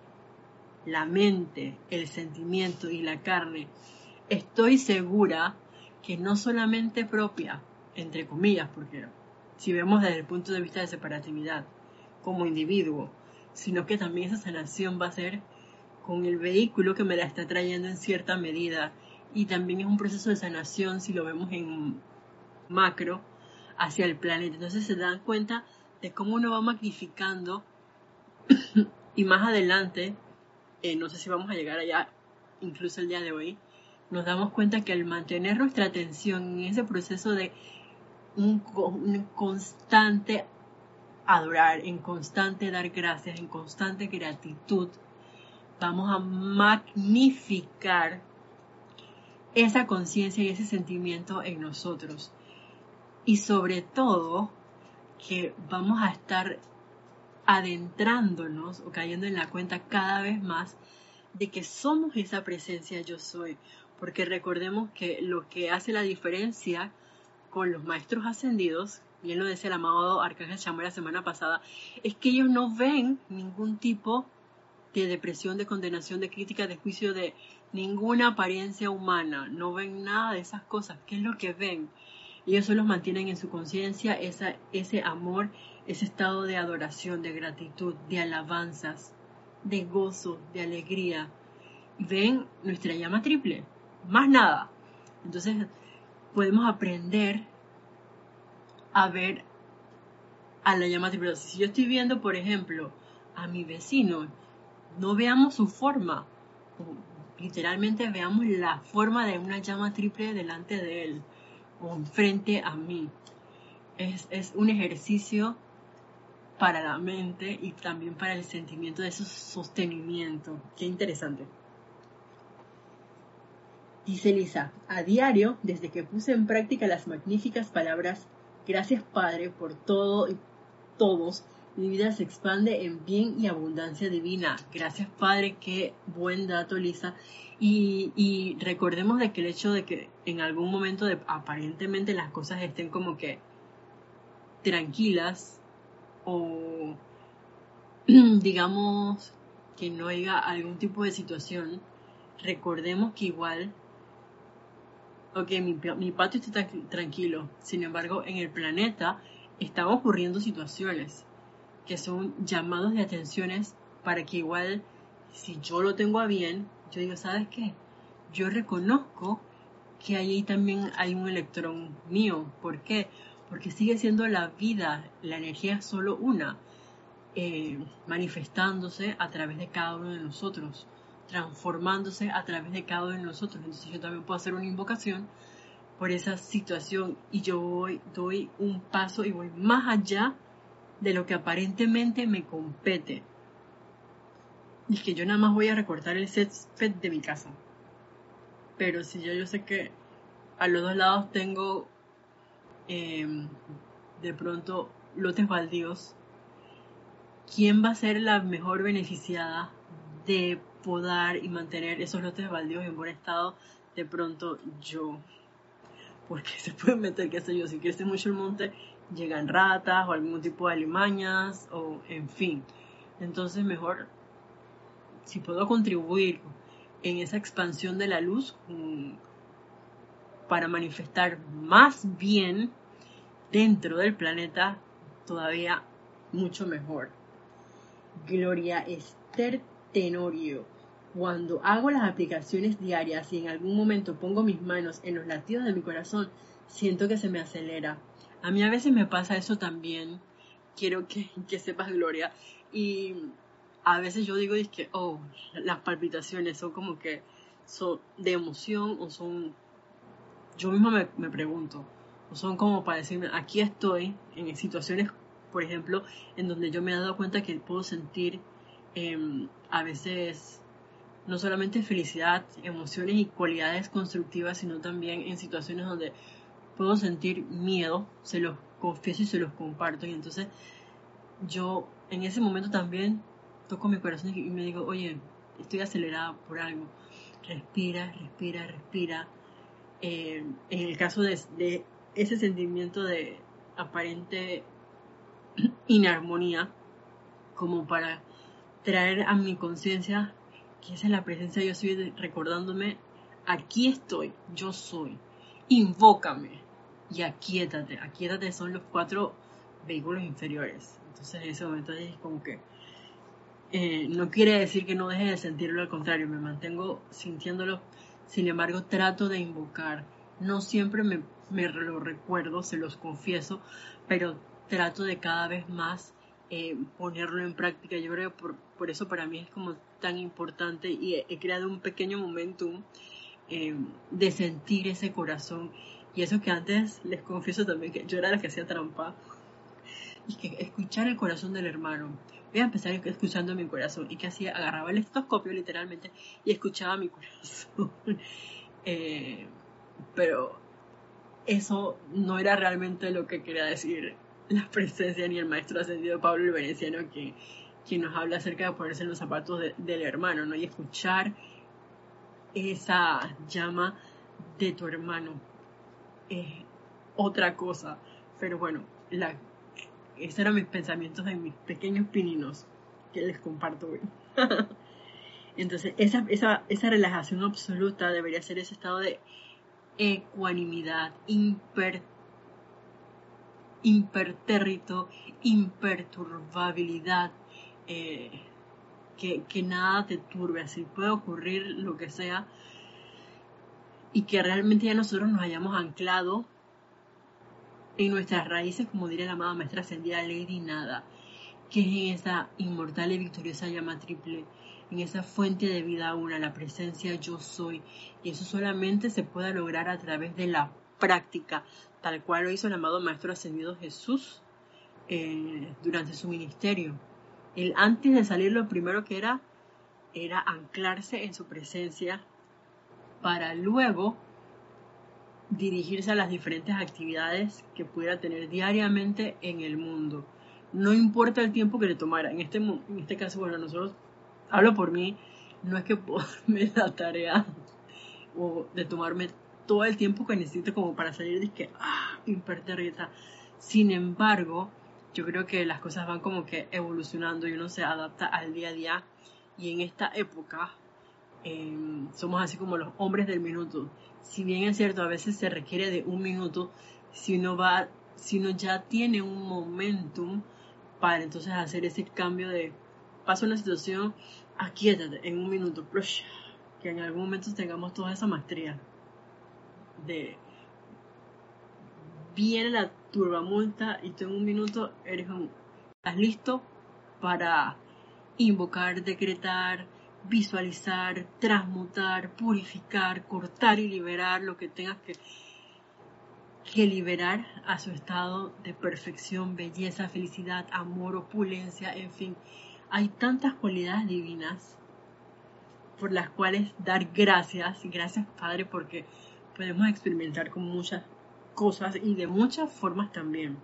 la mente, el sentimiento y la carne. Estoy segura que no solamente propia, entre comillas, porque si vemos desde el punto de vista de separatividad como individuo, sino que también esa sanación va a ser con el vehículo que me la está trayendo en cierta medida, y también es un proceso de sanación si lo vemos en macro hacia el planeta. Entonces se dan cuenta de cómo uno va magnificando y más adelante, no sé si vamos a llegar allá incluso el día de hoy, nos damos cuenta que al mantener nuestra atención en ese proceso de un constante adorar, en constante dar gracias, en constante gratitud, vamos a magnificar esa conciencia y ese sentimiento en nosotros. Y sobre todo, que vamos a estar adentrándonos o cayendo en la cuenta cada vez más de que somos esa presencia yo soy. Porque recordemos que lo que hace la diferencia con los maestros ascendidos, bien lo decía el amado Arcángel Chamuel la semana pasada, es que ellos no ven ningún tipo de depresión, de condenación, de crítica, de juicio, de ninguna apariencia humana. No ven nada de esas cosas. ¿Qué es lo que ven? Ellos solo mantienen en su conciencia ese amor, ese estado de adoración, de gratitud, de alabanzas, de gozo, de alegría. Y ven nuestra llama triple, más nada. Entonces podemos aprender a ver a la llama triple. Si yo estoy viendo, por ejemplo, a mi vecino, no veamos su forma, literalmente veamos la forma de una llama triple delante de él o frente a mí. Es un ejercicio para la mente y también para el sentimiento de su sostenimiento. Qué interesante. Dice Lisa, a diario, desde que puse en práctica las magníficas palabras, gracias Padre por todo y todos, mi vida se expande en bien y abundancia divina. Gracias Padre, qué buen dato, Lisa. Y recordemos de que el hecho de que en algún momento aparentemente las cosas estén como que tranquilas o digamos que no haya algún tipo de situación, recordemos que igual, ok, mi patio está tranquilo, sin embargo en el planeta están ocurriendo situaciones que son llamados de atenciones para que igual, si yo lo tengo a bien, yo digo, ¿sabes qué? Yo reconozco que ahí también hay un electrón mío. ¿Por qué? Porque sigue siendo la vida, la energía es solo una, manifestándose a través de cada uno de nosotros, transformándose a través de cada uno de nosotros. Entonces yo también puedo hacer una invocación por esa situación y yo doy un paso y voy más allá de lo que aparentemente me compete. Y es que yo nada más voy a recortar el césped de mi casa. Pero si yo sé que a los dos lados tengo de pronto lotes baldíos, ¿quién va a ser la mejor beneficiada de podar y mantener esos lotes baldíos en buen estado? De pronto yo. Porque se puede meter, qué sé yo, si crece mucho el monte, llegan ratas o algún tipo de alimañas, o en fin. Entonces mejor, si puedo contribuir en esa expansión de la luz para manifestar más bien dentro del planeta, todavía mucho mejor. Gloria Esther Tenorio. Cuando hago las aplicaciones diarias y en algún momento pongo mis manos en los latidos de mi corazón, siento que se me acelera. A mí a veces me pasa eso también. Quiero que sepas, Gloria. Y a veces yo digo, es que, oh, las palpitaciones son como que son de emoción o son, yo misma me pregunto, o son como para decirme, aquí estoy en situaciones, por ejemplo, en donde yo me he dado cuenta que puedo sentir a veces no solamente felicidad, emociones y cualidades constructivas, sino también en situaciones donde puedo sentir miedo, se los confieso y se los comparto. Y entonces yo en ese momento también toco mi corazón y me digo, oye, estoy acelerada por algo. Respira, respira, respira. En el caso de ese sentimiento de aparente inarmonía, como para traer a mi conciencia que esa es la presencia yo soy, recordándome, aquí estoy, yo soy, invócame y aquíétate. Aquíétate son los 4 vehículos inferiores. Entonces en ese momento es como que no quiere decir que no deje de sentirlo, al contrario, me mantengo sintiéndolo. Sin embargo, trato de invocar. No siempre me lo recuerdo, se los confieso, pero trato de cada vez más ponerlo en práctica. Yo creo que por eso para mí es como tan importante y he creado un pequeño momentum de sentir ese corazón. Y eso que antes les confieso también que yo era la que hacía trampa y que escuchar el corazón del hermano. Voy a empezar escuchando mi corazón. ¿Y qué hacía? Agarraba el estetoscopio literalmente y escuchaba mi corazón. Pero eso no era realmente lo que quería decir la presencia ni el maestro ascendido Pablo el Veneciano, quien nos habla acerca de ponerse en los zapatos del hermano, ¿no? Y escuchar esa llama de tu hermano es otra cosa. Pero bueno, esos eran mis pensamientos en mis pequeños pininos que les comparto hoy. Entonces, esa relajación absoluta debería ser ese estado de ecuanimidad, impertérrito, imperturbabilidad, que nada te turbe, así puede ocurrir lo que sea, y que realmente ya nosotros nos hayamos anclado en nuestras raíces, como diría la amada maestra ascendida Lady Nada, que es en esa inmortal y victoriosa llama triple, en esa fuente de vida una, la presencia yo soy. Y eso solamente se puede lograr a través de la práctica, tal cual lo hizo el amado Maestro Ascendido Jesús durante su ministerio. Él, antes de salir, lo primero que era anclarse en su presencia para luego dirigirse a las diferentes actividades que pudiera tener diariamente en el mundo. No importa el tiempo que le tomara. En este caso, bueno, nosotros, hablo por mí, no es que me la tarea o de tomarme todo el tiempo que necesito como para salir de que, impertérrita. Sin embargo, yo creo que las cosas van como que evolucionando y uno se adapta al día a día. Y en esta época somos así como los hombres del minuto. Si bien es cierto, a veces se requiere de un minuto, si uno ya tiene un momentum para entonces hacer ese cambio de pasa una situación, aquíétate en un minuto, que en algún momento tengamos toda esa maestría de viene la turbamulta y tú en un minuto estás listo para invocar, decretar, visualizar, transmutar, purificar, cortar y liberar lo que tengas que liberar a su estado de perfección, belleza, felicidad, amor, opulencia, en fin. Hay tantas cualidades divinas por las cuales dar gracias. Gracias, Padre, porque podemos experimentar con muchas cosas y de muchas formas también.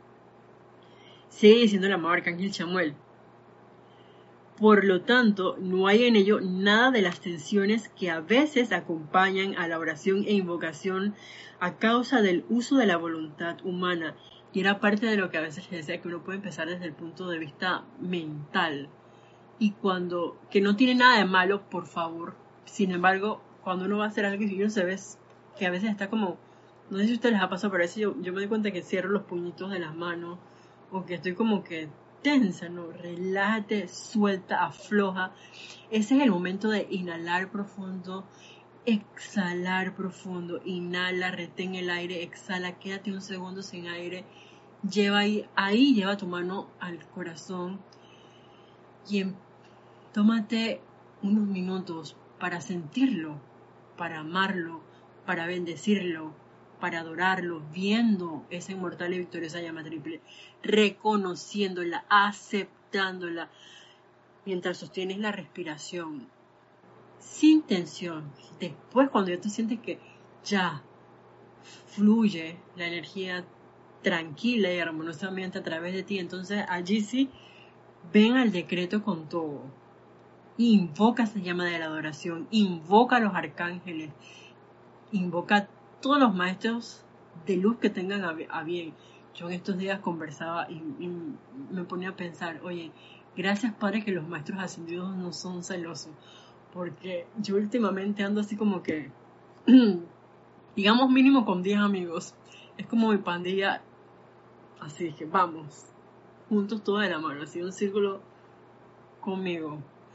Sigue diciendo el amado Arcángel Chamuel. Por lo tanto, no hay en ello nada de las tensiones que a veces acompañan a la oración e invocación a causa del uso de la voluntad humana. Y era parte de lo que a veces les decía, que uno puede empezar desde el punto de vista mental. Y que no tiene nada de malo, por favor. Sin embargo, cuando uno va a hacer algo y uno se ve que a veces está como, no sé si a ustedes les ha pasado, pero a veces yo me doy cuenta que cierro los puñitos de las manos, o que estoy como que tensa, ¿no? Relájate, suelta, afloja. Ese es el momento de inhalar profundo, exhalar profundo. Inhala, retén el aire, exhala, quédate un segundo sin aire. Lleva lleva tu mano al corazón y tómate unos minutos para sentirlo, para amarlo, para bendecirlo, para adorarlo, viendo esa inmortal y victoriosa llama triple, reconociéndola, aceptándola, mientras sostienes la respiración, sin tensión. Después, cuando ya tú sientes que ya fluye la energía tranquila y armoniosamente a través de ti, entonces allí sí, ven al decreto con todo. Invoca esa llama de la adoración, invoca a los arcángeles, invoca a todos los maestros de luz que tengan a bien. Yo en estos días conversaba y me ponía a pensar, oye, gracias Padre que los maestros ascendidos no son celosos, porque yo últimamente ando así como que, digamos mínimo con 10 amigos, es como mi pandilla, así que vamos, juntos toda de la mano, así un círculo conmigo.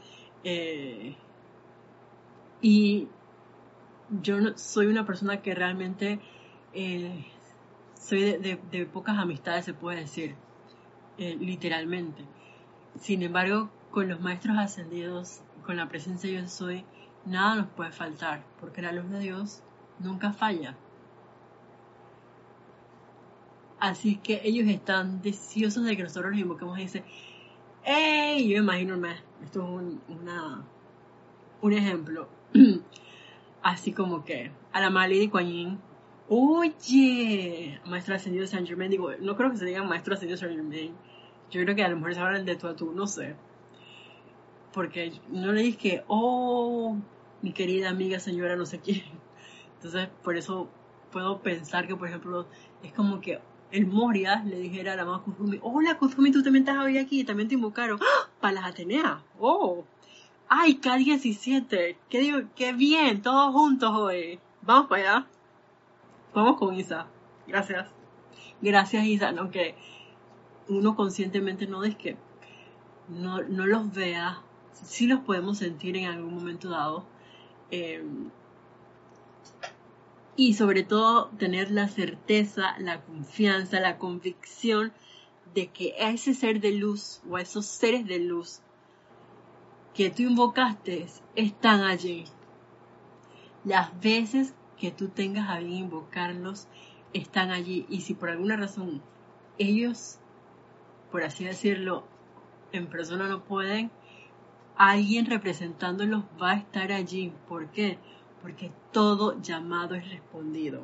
Y yo no, soy una persona que realmente soy de pocas amistades, se puede decir, literalmente. Sin embargo, con los maestros ascendidos, con la presencia yo soy, nada nos puede faltar, porque la luz de Dios nunca falla. Así que ellos están deseosos de que nosotros los invoquemos y dicen, ¡hey! Yo imagino, esto es un ejemplo, así como que a la Mali de Kuan Yin, oye, maestro ascendido de Saint Germain, digo, no creo que se digan maestro ascendido de Saint Germain, yo creo que a lo mejor se hablan de tú a tú, no sé, porque no le dije, oh, mi querida amiga señora no sé quién, entonces por eso puedo pensar que, por ejemplo, es como que el Moria le dijera a la mamá Kuzumi, hola Kuzumi, tú también estás hoy aquí, también te invocaron, ¡ah! Para las Ateneas, oh, ay, K17, qué bien, todos juntos hoy, vamos para allá, vamos con Isa, gracias Isa, aunque uno conscientemente no es que no los vea, sí los podemos sentir en algún momento dado, y sobre todo tener la certeza, la confianza, la convicción de que a ese ser de luz o a esos seres de luz que tú invocaste están allí. Las veces que tú tengas a bien invocarlos están allí, y si por alguna razón ellos, por así decirlo, en persona no pueden, alguien representándolos va a estar allí. ¿Por qué? Porque todo llamado es respondido.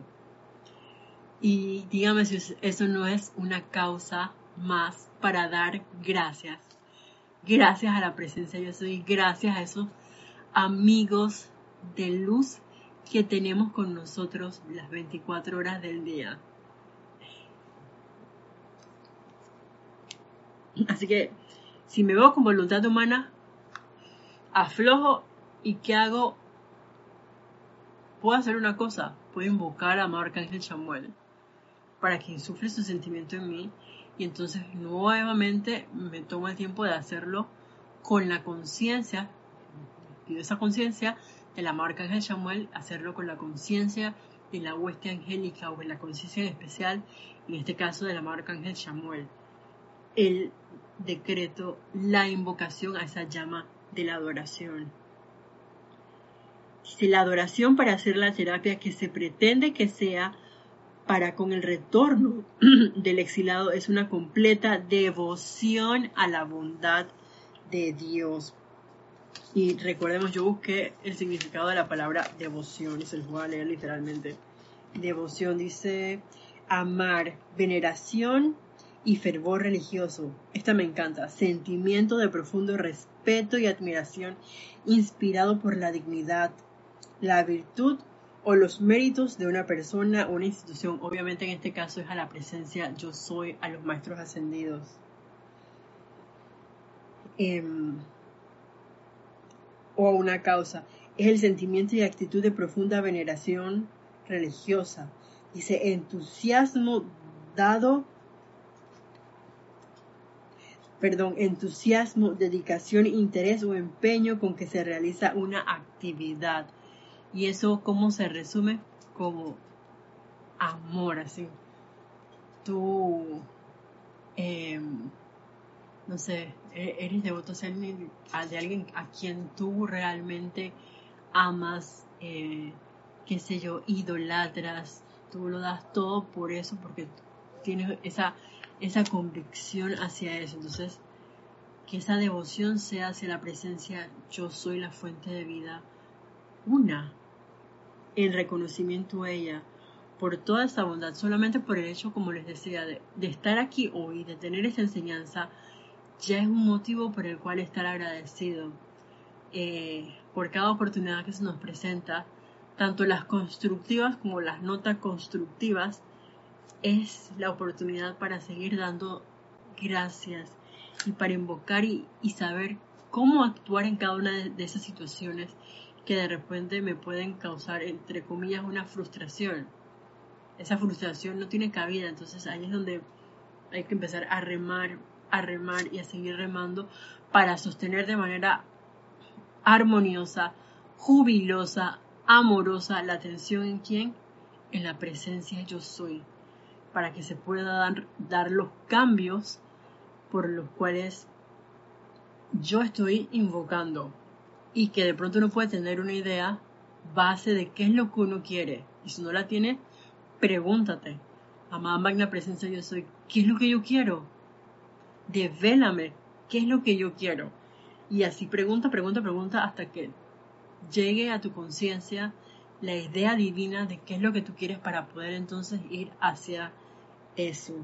Y dígame si eso no es una causa más para dar gracias. Gracias a la presencia yo soy, gracias a esos amigos de luz que tenemos con nosotros las 24 horas del día. Así que, si me veo con voluntad humana, aflojo, y ¿qué hago? Puedo hacer una cosa, puedo invocar a amado Arcángel Chamuel para que insufle su sentimiento en mí, y entonces nuevamente me tomo el tiempo de hacerlo con la conciencia, pido esa conciencia de la amado Arcángel Chamuel, hacerlo con la conciencia de la hueste angélica o de la conciencia en especial, en este caso de la amado Arcángel Chamuel. El decreto, la invocación a esa llama de la adoración. Dice, la adoración para hacer la terapia que se pretende que sea para con el retorno del exilado es una completa devoción a la bondad de Dios. Y recordemos, yo busqué el significado de la palabra devoción y se los voy a leer literalmente. Devoción dice amar, veneración y fervor religioso. Esta me encanta. Sentimiento de profundo respeto y admiración inspirado por la dignidad, la virtud o los méritos de una persona o una institución. Obviamente en este caso es a la presencia yo soy, a los maestros ascendidos. O a una causa. Es el sentimiento y actitud de profunda veneración religiosa. Dice entusiasmo, dedicación, interés o empeño con que se realiza una actividad. Y eso, ¿cómo se resume? Como amor, así. Tú, no sé, eres devoto de alguien a quien tú realmente amas, qué sé yo, idolatras, tú lo das todo por eso, porque tienes esa convicción hacia eso. Entonces, que esa devoción sea hacia la presencia, yo soy la fuente de vida, el reconocimiento a ella, por toda esa bondad, solamente por el hecho, como les decía, de estar aquí hoy, de tener esa enseñanza, ya es un motivo por el cual estar agradecido por cada oportunidad que se nos presenta, tanto las constructivas como las no tan constructivas, es la oportunidad para seguir dando gracias y para invocar y saber cómo actuar en cada una de esas situaciones que de repente me pueden causar, entre comillas, una frustración. Esa frustración no tiene cabida, entonces ahí es donde hay que empezar a remar y a seguir remando para sostener de manera armoniosa, jubilosa, amorosa la atención en quién, en la presencia yo soy, para que se puedan dar los cambios por los cuales yo estoy invocando, y que de pronto uno puede tener una idea base de qué es lo que uno quiere, y si no la tiene, pregúntate, amada magna presencia yo soy, ¿qué es lo que yo quiero? Devélame, ¿qué es lo que yo quiero? Y así pregunta hasta que llegue a tu conciencia la idea divina de qué es lo que tú quieres, para poder entonces ir hacia eso.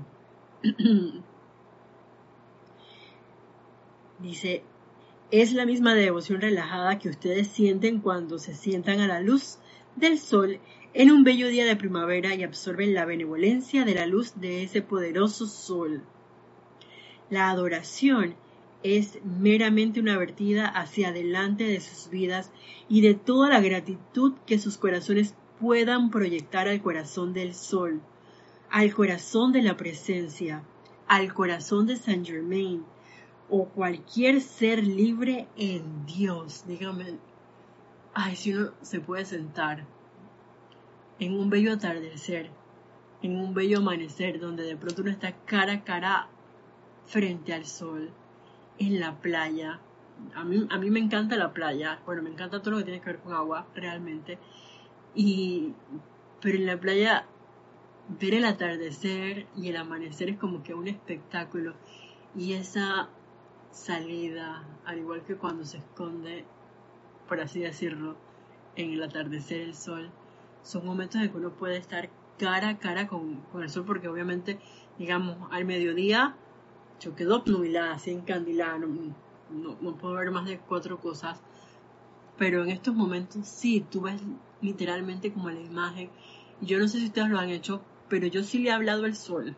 Dice, es la misma devoción relajada que ustedes sienten cuando se sientan a la luz del sol en un bello día de primavera y absorben la benevolencia de la luz de ese poderoso sol. La adoración es meramente una vertida hacia adelante de sus vidas y de toda la gratitud que sus corazones puedan proyectar al corazón del sol, al corazón de la presencia, al corazón de Saint Germain o cualquier ser libre en Dios. Dígame, ay, si uno se puede sentar en un bello atardecer, en un bello amanecer, donde de pronto uno está cara a cara frente al sol, en la playa. A mí me encanta la playa, bueno, me encanta todo lo que tiene que ver con agua, realmente. Pero en la playa, ver el atardecer y el amanecer es como que un espectáculo. Y esa salida, al igual que cuando se esconde, por así decirlo, en el atardecer el sol, son momentos en que uno puede estar cara a cara con el sol, porque obviamente, digamos, al mediodía yo quedo obnubilada, así encandilada, no puedo ver más de 4 cosas, pero en estos momentos sí, tú ves literalmente como la imagen. Y yo no sé si ustedes lo han hecho, pero yo sí le he hablado al sol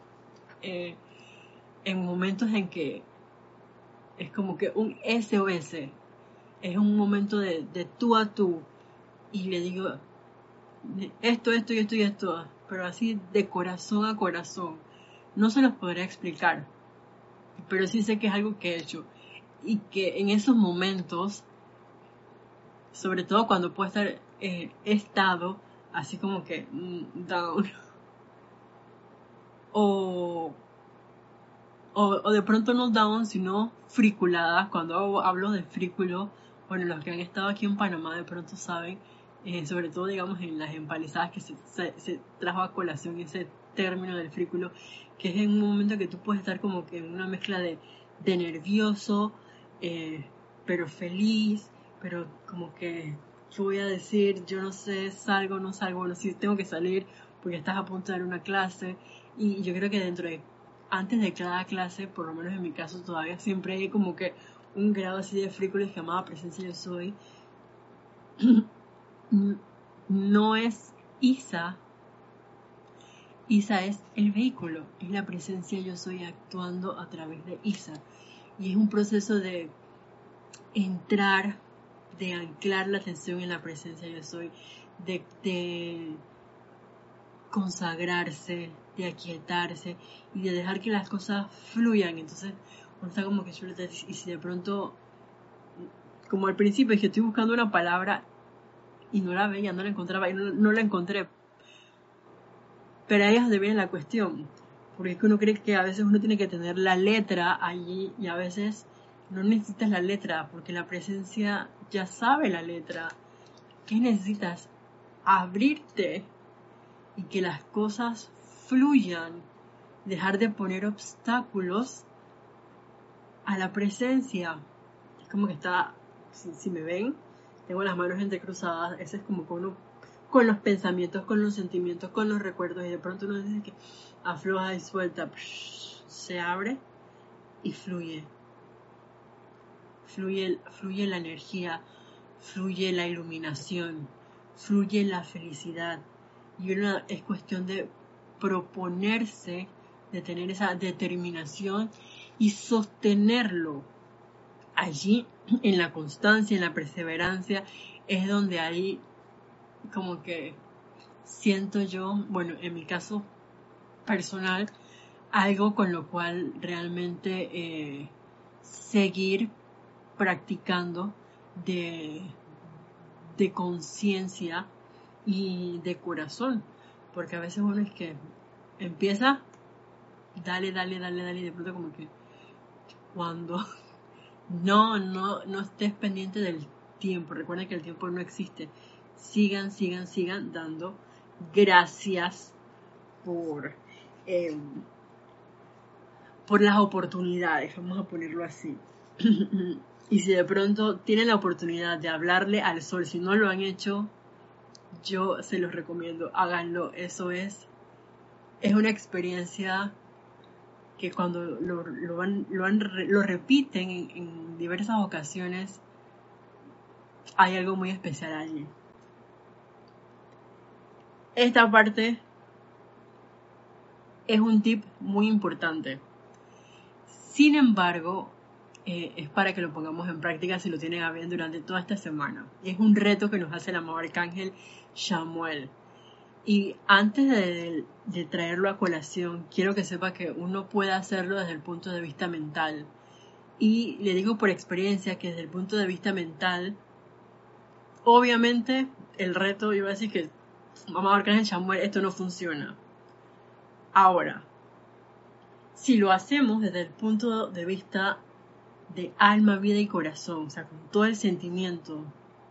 en momentos en que es como que un SOS, es un momento de tú a tú, y le digo esto y esto, pero así de corazón a corazón. No se los podré explicar, pero sí sé que es algo que he hecho, y que en esos momentos, sobre todo cuando puedo estar he estado así como que down, o de pronto no down, sino friculada. Cuando hablo de frículo, bueno, los que han estado aquí en Panamá de pronto saben, sobre todo digamos en las empalizadas, que se trajo a colación ese término del frículo, que es en un momento que tú puedes estar como que en una mezcla de nervioso, pero feliz, pero como que, ¿qué voy a decir? Yo no sé, salgo, no salgo, bueno, sí tengo que salir porque estás a punto de dar una clase. Y yo creo que antes de cada clase, por lo menos en mi caso todavía siempre hay como que un grado así de frículos, que amada presencia yo soy. No es Isa es el vehículo, es la presencia yo soy actuando a través de Isa. Y es un proceso de entrar, de anclar la atención en la presencia yo soy, de consagrarse, de aquietarse y de dejar que las cosas fluyan. Entonces uno está como que chuleta, y si de pronto, como al principio, es que estoy buscando una palabra y no la veía, no la encontraba, y no la encontré. Pero ahí es donde viene la cuestión, porque es que uno cree que a veces uno tiene que tener la letra allí y a veces no necesitas la letra porque la presencia ya sabe la letra. ¿Qué necesitas? Abrirte y que las cosas fluyan, dejar de poner obstáculos a la presencia. Es como que está, si me ven, tengo las manos entrecruzadas, ese es como que uno con los pensamientos, con los sentimientos, con los recuerdos, y de pronto uno dice que afloja y suelta, se abre y fluye. Fluye la energía, fluye la iluminación, fluye la felicidad. Y es cuestión de proponerse, de tener esa determinación y sostenerlo. Allí, en la constancia, en la perseverancia, es donde hay como que siento yo, bueno, en mi caso personal, algo con lo cual realmente seguir practicando de conciencia y de corazón, porque a veces uno es que empieza, dale, y de pronto como que cuando no estés pendiente del tiempo, recuerden que el tiempo no existe, sigan dando gracias por las oportunidades, vamos a ponerlo así. Y si de pronto tienen la oportunidad de hablarle al sol, si no lo han hecho, yo se los recomiendo, háganlo. Eso es una experiencia que cuando lo repiten en diversas ocasiones, hay algo muy especial allí. Esta parte es un tip muy importante. Sin embargo, es para que lo pongamos en práctica si lo tienen a bien durante toda esta semana. Es un reto que nos hace el amado arcángel Chamuel. Y antes de traerlo a colación, quiero que sepa que uno puede hacerlo desde el punto de vista mental. Y le digo por experiencia que desde el punto de vista mental, obviamente el reto, iba a decir que, amado arcángel Chamuel, esto no funciona. Ahora, si lo hacemos desde el punto de vista de alma, vida y corazón, o sea, con todo el sentimiento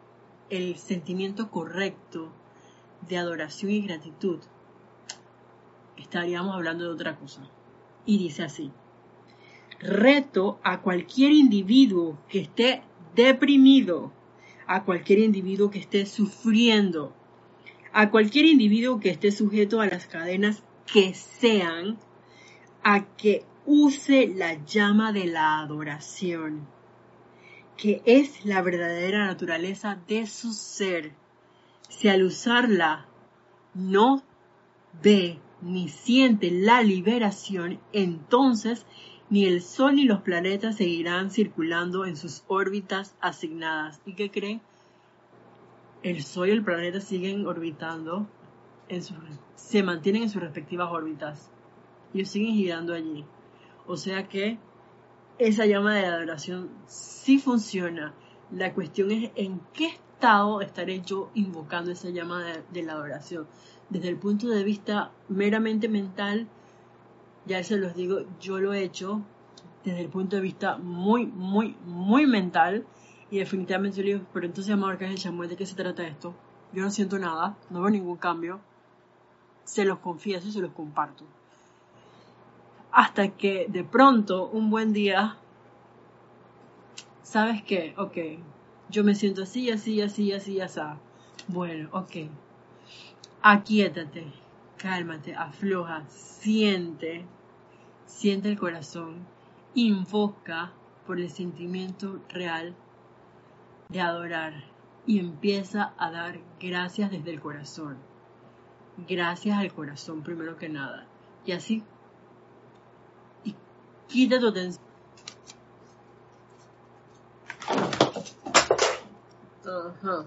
correcto de adoración y gratitud, estaríamos hablando de otra cosa. Y dice así: reto a cualquier individuo que esté deprimido, a cualquier individuo que esté sufriendo, a cualquier individuo que esté sujeto a las cadenas que sean, a que use la llama de la adoración, que es la verdadera naturaleza de su ser. Si al usarla no ve ni siente la liberación, entonces ni el Sol ni los planetas seguirán circulando en sus órbitas asignadas. ¿Y qué creen? El Sol y el planeta siguen orbitando, se mantienen en sus respectivas órbitas. Ellos siguen girando allí. O sea que esa llama de la adoración sí funciona. La cuestión es en qué estado estaré yo invocando esa llama de la adoración. Desde el punto de vista meramente mental, ya se los digo, yo lo he hecho desde el punto de vista muy mental, y definitivamente yo le digo, pero entonces, amado arcángel Chamuel, ¿de qué se trata esto? Yo no siento nada, no veo ningún cambio, se los confieso y se los comparto. Hasta que de pronto, un buen día, ¿sabes qué? Ok, yo me siento así. Bueno, ok, aquíétate, cálmate, afloja, siente el corazón, invoca por el sentimiento real de adorar y empieza a dar gracias desde el corazón. Gracias al corazón primero que nada. Y así, y quita tu atención. Ajá.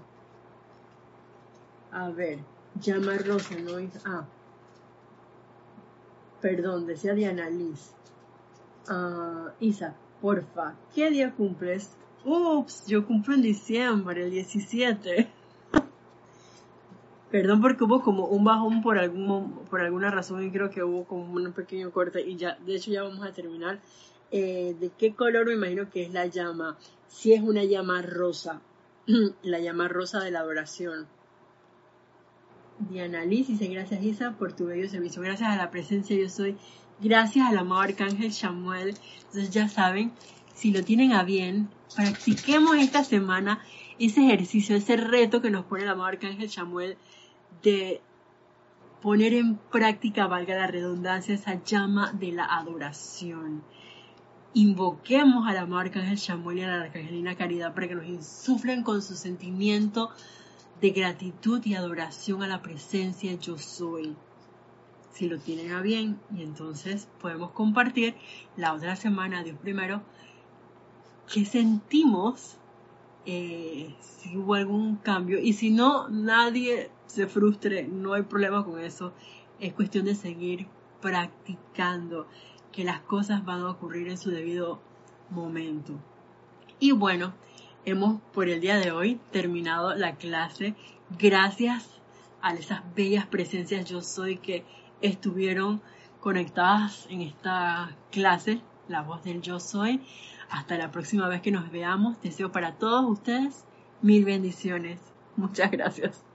A ver, llama rosa, no es... perdón, decía Diana Liz. Isa, porfa, ¿qué día cumples? Ups, yo cumplo en diciembre, el 17. Perdón porque hubo como un bajón por alguna razón y creo que hubo como un pequeño corte y ya, de hecho ya vamos a terminar. ¿De qué color? Me imagino que es la llama. Si es una llama rosa, la llama rosa de la adoración. Diana Liz dice, gracias Isa por tu bello servicio, gracias a la presencia yo soy, gracias al amado Arcángel Chamuel. Entonces ya saben, si lo tienen a bien, practiquemos esta semana ese ejercicio, ese reto que nos pone el amado Arcángel Chamuel de poner en práctica, valga la redundancia, esa llama de la adoración. Invoquemos al amado Arcángel Chamuel y a la Arcangelina Caridad para que nos insuflen con su sentimiento de gratitud y adoración a la presencia yo soy. Si lo tienen a bien, y entonces podemos compartir la otra semana, Dios primero, qué sentimos, si hubo algún cambio, y si no, nadie se frustre, no hay problema con eso, es cuestión de seguir practicando, que las cosas van a ocurrir en su debido momento. Y bueno, hemos por el día de hoy terminado la clase. Gracias a esas bellas presencias yo soy que estuvieron conectadas en esta clase, la voz del yo soy. Hasta la próxima vez que nos veamos. Deseo para todos ustedes 1000 bendiciones. Muchas gracias.